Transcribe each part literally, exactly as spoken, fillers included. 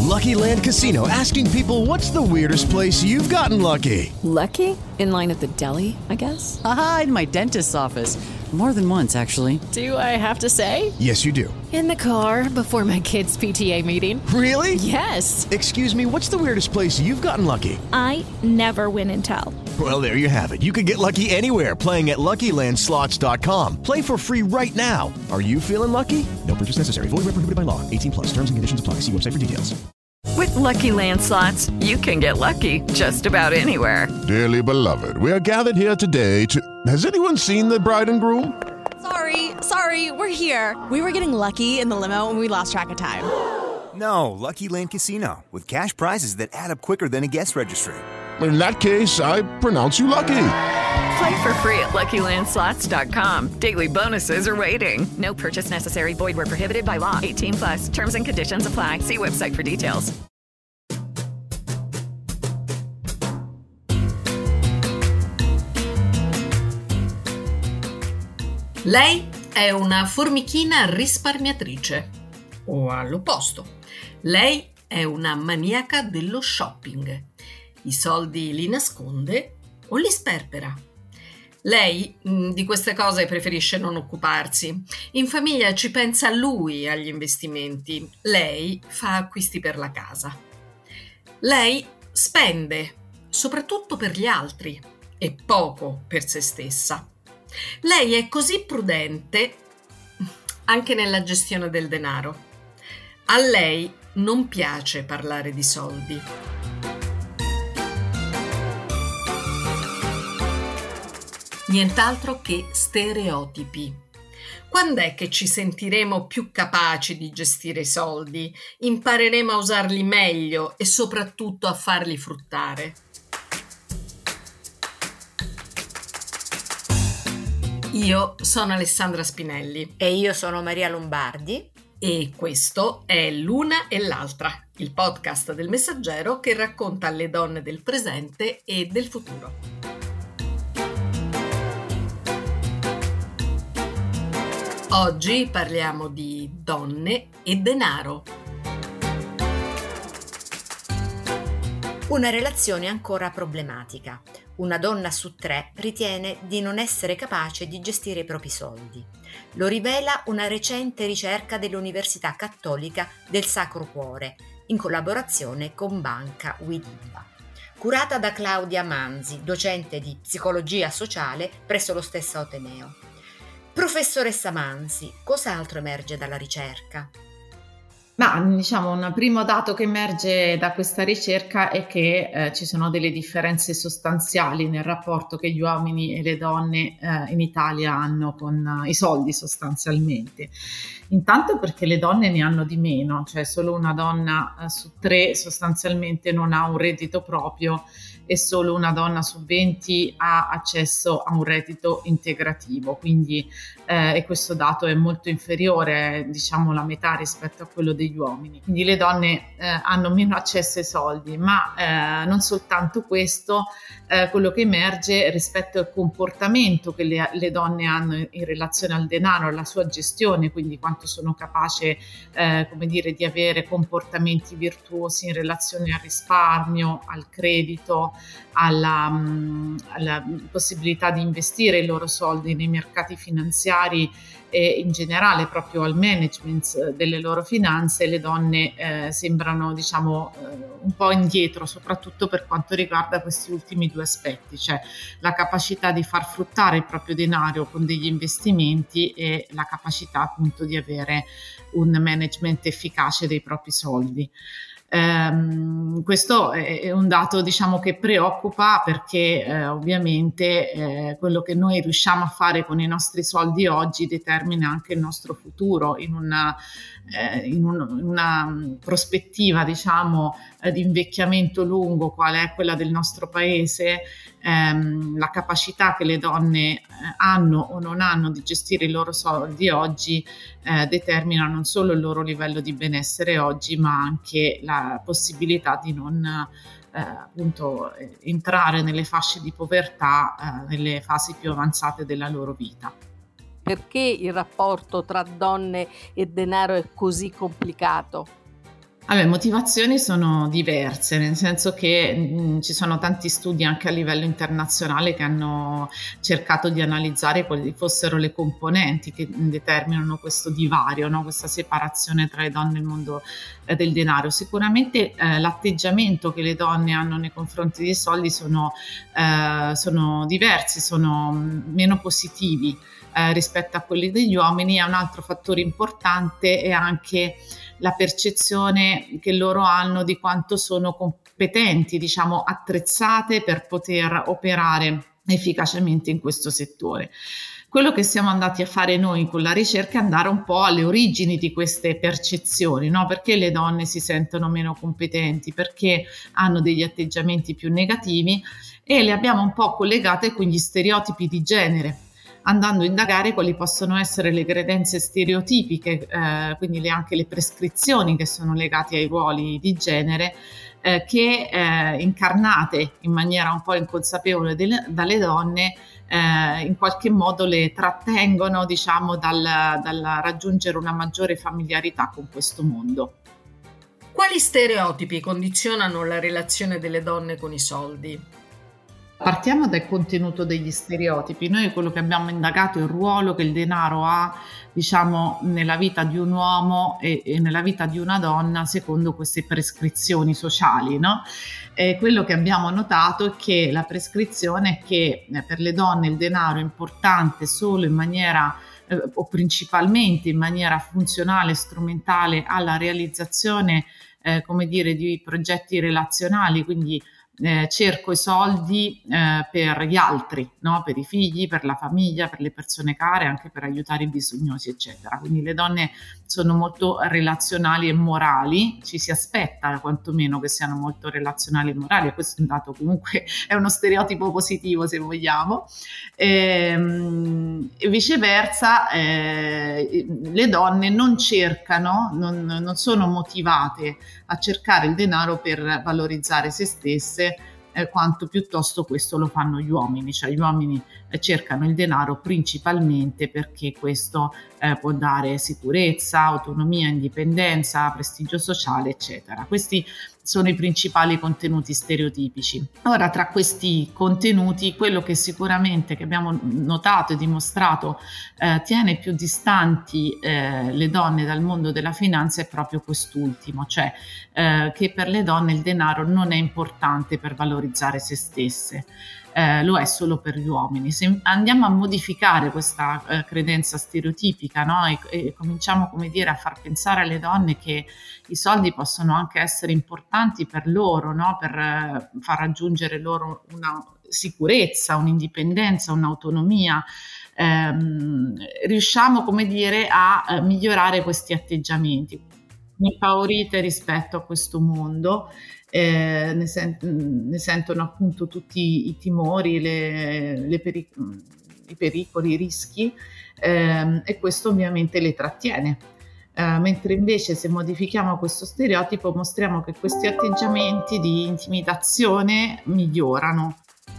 Lucky Land Casino, asking people, what's the weirdest place you've gotten lucky? Lucky? In line at the deli, I guess? Aha, in my dentist's office. More than once, actually. Do I have to say? Yes, you do. In the car before my kids' P T A meeting. Really? Yes. Excuse me, what's the weirdest place you've gotten lucky? I never win and tell. Well, there you have it. You can get lucky anywhere, playing at Lucky Land Slots dot com. Play for free right now. Are you feeling lucky? No purchase necessary. Void where prohibited by law. eighteen plus. Terms and conditions apply. See website for details. With Lucky Land Slots, you can get lucky just about anywhere. Dearly beloved, we are gathered here today to... Has anyone seen the bride and groom? Sorry, sorry, we're here. We were getting lucky in the limo and we lost track of time. No, Lucky Land Casino, with cash prizes that add up quicker than a guest registry. In that case, I pronounce you lucky. Play for free at Lucky Land Slots dot com. Daily bonuses are waiting. No purchase necessary. Void where prohibited by law. eighteen plus. Terms and conditions apply. See website for details. Lei è una formichina risparmiatrice. O all'opposto. Lei è una maniaca dello shopping. I soldi li nasconde o li sperpera? Lei mh, di queste cose preferisce non occuparsi. In famiglia ci pensa lui agli investimenti. Lei fa acquisti per la casa. Lei spende, soprattutto per gli altri, e poco per se stessa. Lei è così prudente anche nella gestione del denaro. A lei non piace parlare di soldi. Nient'altro che stereotipi. Quando è che ci sentiremo più capaci di gestire i soldi? Impareremo a usarli meglio e soprattutto a farli fruttare. Io sono Alessandra Spinelli. E io sono Maria Lombardi. E questo è L'una e l'altra, il podcast del Messaggero che racconta le donne del presente e del futuro. Oggi parliamo di donne e denaro. Una relazione ancora problematica. Una donna su tre ritiene di non essere capace di gestire i propri soldi. Lo rivela una recente ricerca dell'Università Cattolica del Sacro Cuore, in collaborazione con Banca Widiba, curata da Claudia Manzi, docente di psicologia sociale presso lo stesso Ateneo. Professoressa Manzi, cos'altro emerge dalla ricerca? Ma diciamo un primo dato che emerge da questa ricerca è che eh, ci sono delle differenze sostanziali nel rapporto che gli uomini e le donne eh, in Italia hanno con eh, i soldi sostanzialmente. Intanto perché le donne ne hanno di meno, cioè solo una donna eh, su tre sostanzialmente non ha un reddito proprio e solo una donna su venti ha accesso a un reddito integrativo, quindi eh, e questo dato è molto inferiore, diciamo la metà rispetto a quello degli uomini. Quindi le donne eh, hanno meno accesso ai soldi, ma eh, non soltanto questo, eh, quello che emerge rispetto al comportamento che le, le donne hanno in relazione al denaro, alla sua gestione, quindi quanto sono capaci eh, come dire, di avere comportamenti virtuosi in relazione al risparmio, al credito, alla, mh, alla possibilità di investire i loro soldi nei mercati finanziari e in generale proprio al management delle loro finanze. Le donne eh, sembrano diciamo eh, un po' indietro, soprattutto per quanto riguarda questi ultimi due aspetti, cioè la capacità di far fruttare il proprio denaro con degli investimenti e la capacità appunto di avere un management efficace dei propri soldi. Um, questo è, è un dato diciamo che preoccupa perché eh, ovviamente eh, quello che noi riusciamo a fare con i nostri soldi oggi determina anche il nostro futuro in una, eh, in un, in una prospettiva diciamo eh, di invecchiamento lungo quale è quella del nostro paese. Ehm, la capacità che le donne eh, hanno o non hanno di gestire i loro soldi oggi eh, determina non solo il loro livello di benessere oggi, ma anche la possibilità di non eh, appunto entrare nelle fasce di povertà eh, nelle fasi più avanzate della loro vita. Perché il rapporto tra donne e denaro è così complicato? Allora, le motivazioni sono diverse, nel senso che mh, ci sono tanti studi anche a livello internazionale che hanno cercato di analizzare quali fossero le componenti che determinano questo divario, no? Questa separazione tra le donne e il mondo eh, del denaro. Sicuramente eh, l'atteggiamento che le donne hanno nei confronti dei soldi sono, eh, sono diversi, sono meno positivi eh, rispetto a quelli degli uomini. E un altro fattore importante è anche la percezione che loro hanno di quanto sono competenti, diciamo attrezzate per poter operare efficacemente in questo settore. Quello che siamo andati a fare noi con la ricerca è andare un po' alle origini di queste percezioni, no? Perché le donne si sentono meno competenti, perché hanno degli atteggiamenti più negativi, e le abbiamo un po' collegate con gli stereotipi di genere, andando a indagare quali possono essere le credenze stereotipiche, eh, quindi le, anche le prescrizioni che sono legate ai ruoli di genere, eh, che eh, incarnate in maniera un po' inconsapevole delle, dalle donne, eh, in qualche modo le trattengono, diciamo, dal, dal raggiungere una maggiore familiarità con questo mondo. Quali stereotipi condizionano la relazione delle donne con i soldi? Partiamo dal contenuto degli stereotipi. Noi quello che abbiamo indagato è il ruolo che il denaro ha, diciamo, nella vita di un uomo e, e nella vita di una donna secondo queste prescrizioni sociali, no? E quello che abbiamo notato è che la prescrizione è che eh, per le donne il denaro è importante solo in maniera eh, o principalmente in maniera funzionale, strumentale alla realizzazione, eh, come dire, di progetti relazionali, quindi Eh, cerco i soldi eh, per gli altri, no? Per i figli, per la famiglia, per le persone care, anche per aiutare i bisognosi, eccetera. Quindi le donne sono molto relazionali e morali, ci si aspetta quantomeno che siano molto relazionali e morali, e questo è un dato, comunque è uno stereotipo positivo, se vogliamo. E, e viceversa eh, le donne non cercano, non, non sono motivate a cercare il denaro per valorizzare se stesse, eh, quanto piuttosto questo lo fanno gli uomini, cioè gli uomini eh, cercano il denaro principalmente perché questo eh, può dare sicurezza, autonomia, indipendenza, prestigio sociale, eccetera. Questi sono i principali contenuti stereotipici. Ora, tra questi contenuti, quello che sicuramente che abbiamo notato e dimostrato eh, tiene più distanti eh, le donne dal mondo della finanza è proprio quest'ultimo, cioè eh, che per le donne il denaro non è importante per valorizzare se stesse. Eh, lo è solo per gli uomini. Se andiamo a modificare questa eh, credenza stereotipica, no? e, e cominciamo, come dire, a far pensare alle donne che i soldi possono anche essere importanti per loro, no? Per eh, far raggiungere loro una sicurezza, un'indipendenza, un'autonomia, ehm, riusciamo, come dire, a eh, migliorare questi atteggiamenti. Impaurite rispetto a questo mondo. Eh, ne, sent- ne sentono appunto tutti i timori, le, le peri- i pericoli, i rischi, ehm, e questo ovviamente le trattiene. Eh, mentre invece se modifichiamo questo stereotipo mostriamo che questi atteggiamenti di intimidazione migliorano.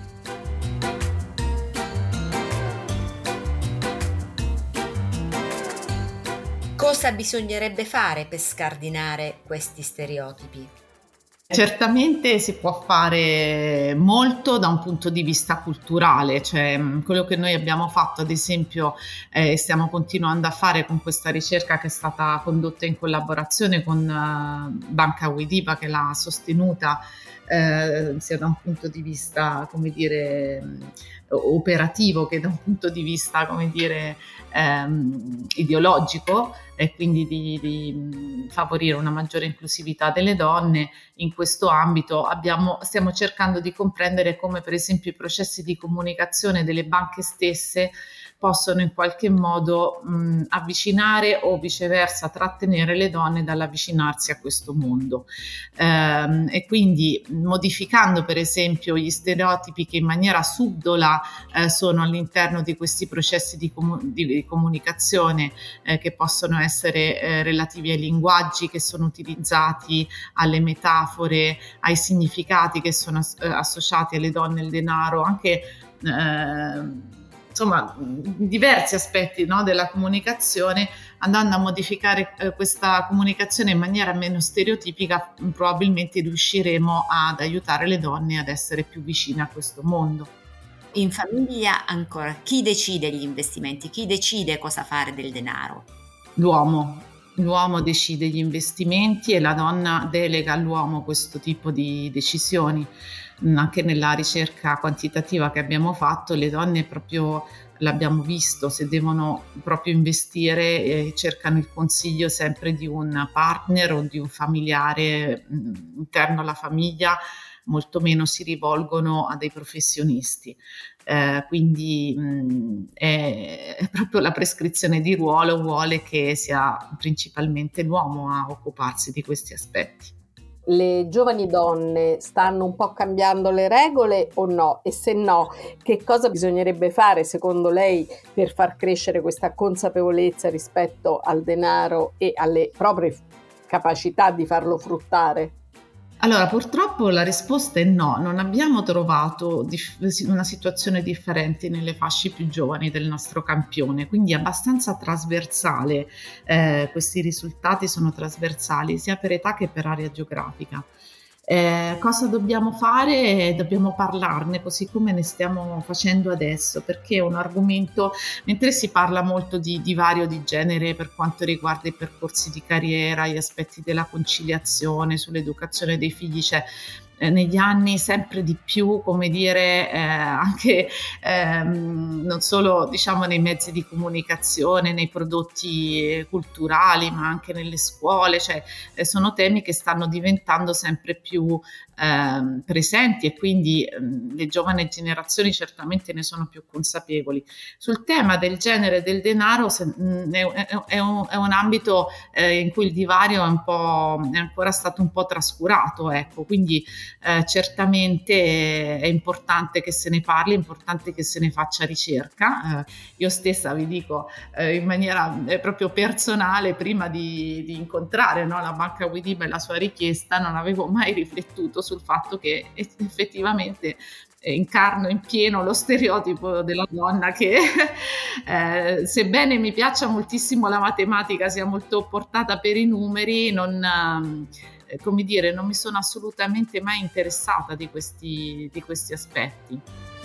Cosa bisognerebbe fare per scardinare questi stereotipi? Certamente si può fare molto da un punto di vista culturale, cioè quello che noi abbiamo fatto ad esempio e eh, stiamo continuando a fare con questa ricerca che è stata condotta in collaborazione con uh, Banca Widiba, che l'ha sostenuta eh, sia da un punto di vista, come dire, operativo che da un punto di vista, come dire, ehm, ideologico, e quindi di, di favorire una maggiore inclusività delle donne. In questo ambito abbiamo, stiamo cercando di comprendere come per esempio i processi di comunicazione delle banche stesse possono in qualche modo mh, avvicinare o viceversa trattenere le donne dall'avvicinarsi a questo mondo, ehm, e quindi modificando per esempio gli stereotipi che in maniera subdola eh, sono all'interno di questi processi di, comu- di comunicazione eh, che possono essere eh, relativi ai linguaggi che sono utilizzati, alle metafore, ai significati che sono as- associati alle donne e al denaro, anche eh, insomma diversi aspetti, no, della comunicazione, andando a modificare eh, questa comunicazione in maniera meno stereotipica, probabilmente riusciremo ad aiutare le donne ad essere più vicine a questo mondo. In famiglia ancora, chi decide gli investimenti? Chi decide cosa fare del denaro? L'uomo. L'uomo decide gli investimenti e la donna delega all'uomo questo tipo di decisioni. Anche nella ricerca quantitativa che abbiamo fatto, le donne proprio l'abbiamo visto, se devono proprio investire eh, cercano il consiglio sempre di un partner o di un familiare mh, interno alla famiglia, molto meno si rivolgono a dei professionisti. Eh, quindi mh, è, è proprio la prescrizione di ruolo vuole che sia principalmente l'uomo a occuparsi di questi aspetti. Le giovani donne stanno un po' cambiando le regole o no? E se no, che cosa bisognerebbe fare secondo lei per far crescere questa consapevolezza rispetto al denaro e alle proprie capacità di farlo fruttare? Allora, purtroppo la risposta è no, non abbiamo trovato dif- una situazione differente nelle fasce più giovani del nostro campione, quindi è abbastanza trasversale, eh, questi risultati sono trasversali sia per età che per area geografica. Eh, cosa dobbiamo fare? Dobbiamo parlarne così come ne stiamo facendo adesso, perché è un argomento, mentre si parla molto di divario di genere per quanto riguarda i percorsi di carriera, gli aspetti della conciliazione, sull'educazione dei figli, cioè eh, negli anni sempre di più, come dire, eh, anche ehm, non solo diciamo nei mezzi di comunicazione, nei prodotti culturali, ma anche nelle scuole, cioè eh, sono temi che stanno diventando sempre più eh, presenti e quindi eh, le giovani generazioni certamente ne sono più consapevoli. Sul tema del genere e del denaro se, mh, è, è, è, un, è un ambito eh, in cui il divario è un po' è ancora stato un po' trascurato, ecco, quindi Eh, certamente è importante che se ne parli, è importante che se ne faccia ricerca. Eh, io stessa vi dico eh, in maniera eh, proprio personale, prima di, di incontrare no, la Banca Widiba e la sua richiesta, non avevo mai riflettuto sul fatto che effettivamente eh, incarno in pieno lo stereotipo della donna che eh, sebbene mi piaccia moltissimo la matematica, sia molto portata per i numeri, non eh, come dire, non mi sono assolutamente mai interessata di questi, di questi aspetti.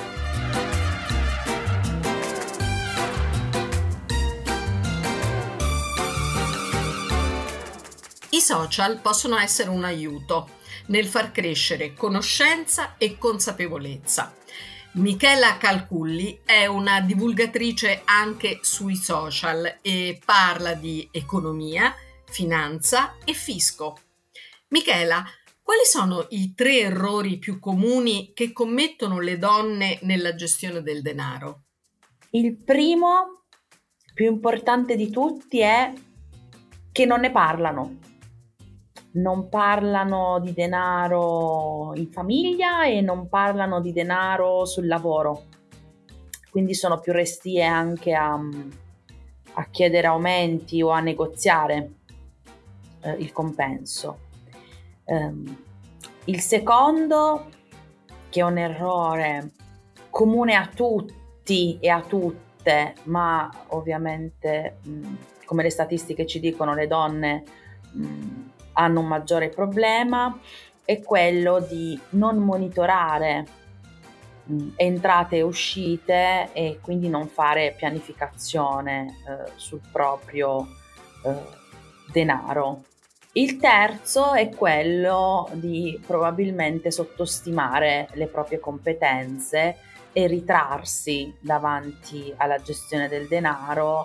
I social possono essere un aiuto nel far crescere conoscenza e consapevolezza. Michela Calculli è una divulgatrice anche sui social e parla di economia, finanza e fisco. Michela, quali sono i tre errori più comuni che commettono le donne nella gestione del denaro? Il primo, più importante di tutti, è che non ne parlano. Non parlano di denaro in famiglia e non parlano di denaro sul lavoro. Quindi sono più restie anche a, a chiedere aumenti o a negoziare eh, il compenso. Um, il secondo, che è un errore comune a tutti e a tutte, ma ovviamente mh, come le statistiche ci dicono le donne mh, hanno un maggiore problema, è quello di non monitorare mh, entrate e uscite e quindi non fare pianificazione eh, sul proprio eh, denaro. Il terzo è quello di probabilmente sottostimare le proprie competenze e ritrarsi davanti alla gestione del denaro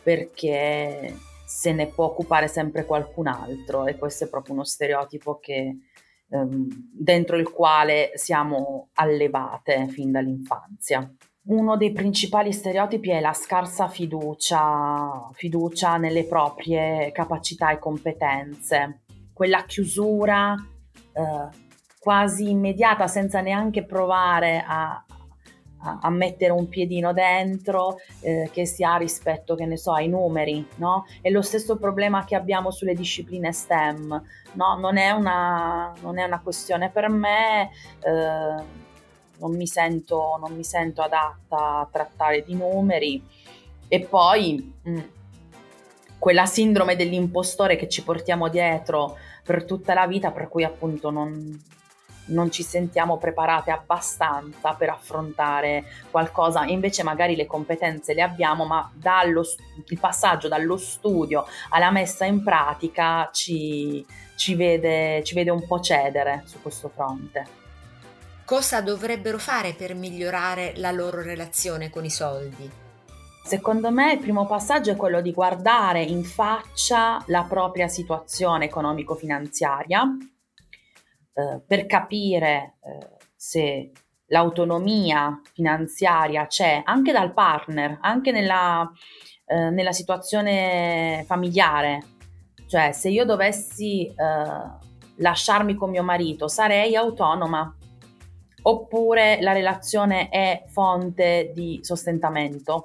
perché se ne può occupare sempre qualcun altro, e questo è proprio uno stereotipo che, ehm, dentro il quale siamo allevate fin dall'infanzia. Uno dei principali stereotipi è la scarsa fiducia, fiducia nelle proprie capacità e competenze, quella chiusura eh, quasi immediata senza neanche provare a, a, a mettere un piedino dentro eh, che si ha rispetto, che ne so, ai numeri, no? È lo stesso problema che abbiamo sulle discipline STEM, no? Non è una, non è una questione per me. Eh, non mi sento, non mi sento adatta a trattare di numeri. E poi mh, quella sindrome dell'impostore che ci portiamo dietro per tutta la vita, per cui appunto non, non ci sentiamo preparate abbastanza per affrontare qualcosa, invece magari le competenze le abbiamo, ma dallo, il passaggio dallo studio alla messa in pratica ci, ci, vede, ci vede un po' cedere su questo fronte. Cosa dovrebbero fare per migliorare la loro relazione con i soldi? Secondo me il primo passaggio è quello di guardare in faccia la propria situazione economico-finanziaria eh, per capire eh, se l'autonomia finanziaria c'è anche dal partner, anche nella, eh, nella situazione familiare. Cioè, se io dovessi eh, lasciarmi con mio marito, sarei autonoma, oppure la relazione è fonte di sostentamento.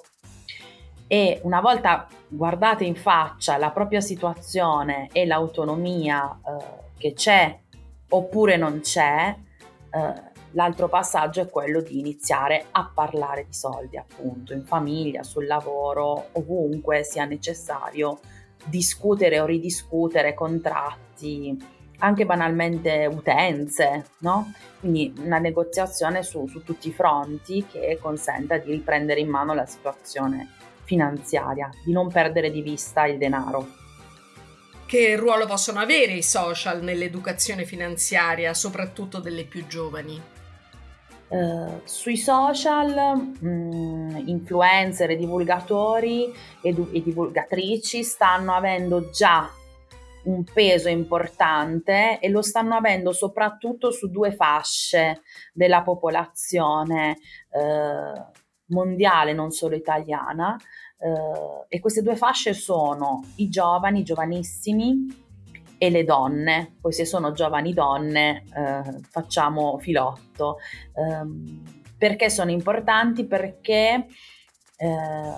E una volta guardate in faccia la propria situazione e l'autonomia eh, che c'è oppure non c'è, eh, l'altro passaggio è quello di iniziare a parlare di soldi, appunto, in famiglia, sul lavoro, ovunque sia necessario discutere o ridiscutere contratti, anche banalmente utenze, no? Quindi una negoziazione su, su tutti i fronti che consenta di riprendere in mano la situazione finanziaria, di non perdere di vista il denaro. Che ruolo possono avere i social nell'educazione finanziaria, soprattutto delle più giovani? Uh, sui social mh, influencer e divulgatori e, du- e divulgatrici stanno avendo già un peso importante e lo stanno avendo soprattutto su due fasce della popolazione uh, mondiale, non solo italiana, uh, e queste due fasce sono i giovani, giovanissimi, e le donne. Poi se sono giovani donne uh, facciamo filotto. Um, perché sono importanti? Perché uh,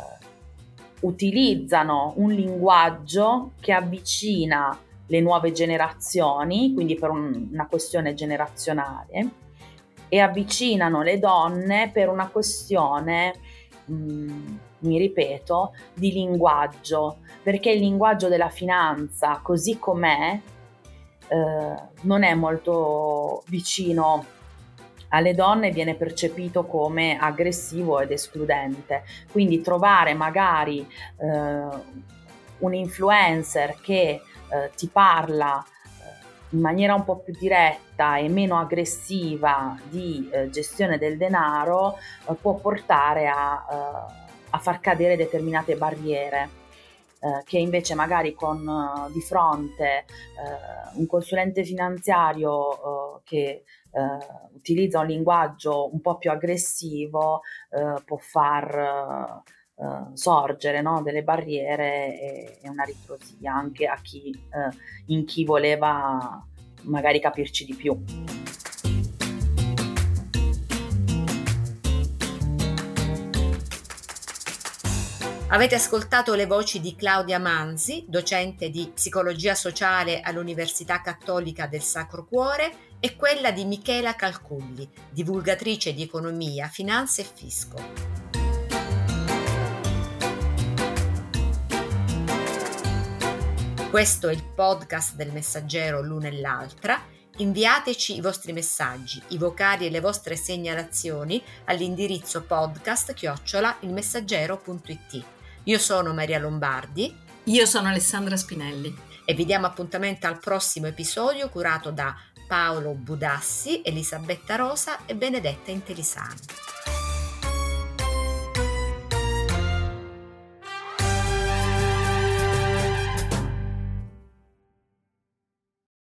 utilizzano un linguaggio che avvicina le nuove generazioni, quindi per un, una questione generazionale, e avvicinano le donne per una questione, mh, mi ripeto, di linguaggio, perché il linguaggio della finanza, così com'è, eh, non è molto vicino alle donne, viene percepito come aggressivo ed escludente. Quindi trovare magari eh, un influencer che eh, ti parla in maniera un po' più diretta e meno aggressiva di eh, gestione del denaro eh, può portare a, eh, a far cadere determinate barriere eh, che invece magari con eh, di fronte eh, un consulente finanziario eh, che eh, utilizza un linguaggio un po' più aggressivo eh, può far eh, sorgere, no, delle barriere e, e una ritrosia anche a chi eh, in chi voleva magari capirci di più. Avete ascoltato le voci di Claudia Manzi, docente di psicologia sociale all'Università Cattolica del Sacro Cuore, e quella di Michela Calculli, divulgatrice di economia, finanza e fisco. Questo è il podcast del Messaggero l'una e l'altra. Inviateci i vostri messaggi, i vocali e le vostre segnalazioni all'indirizzo podcast chiocciola ilmessaggero punto it. Io sono Maria Lombardi. Io sono Alessandra Spinelli. E vi diamo appuntamento al prossimo episodio curato da Paolo Budassi, Elisabetta Rosa e Benedetta Intelisani.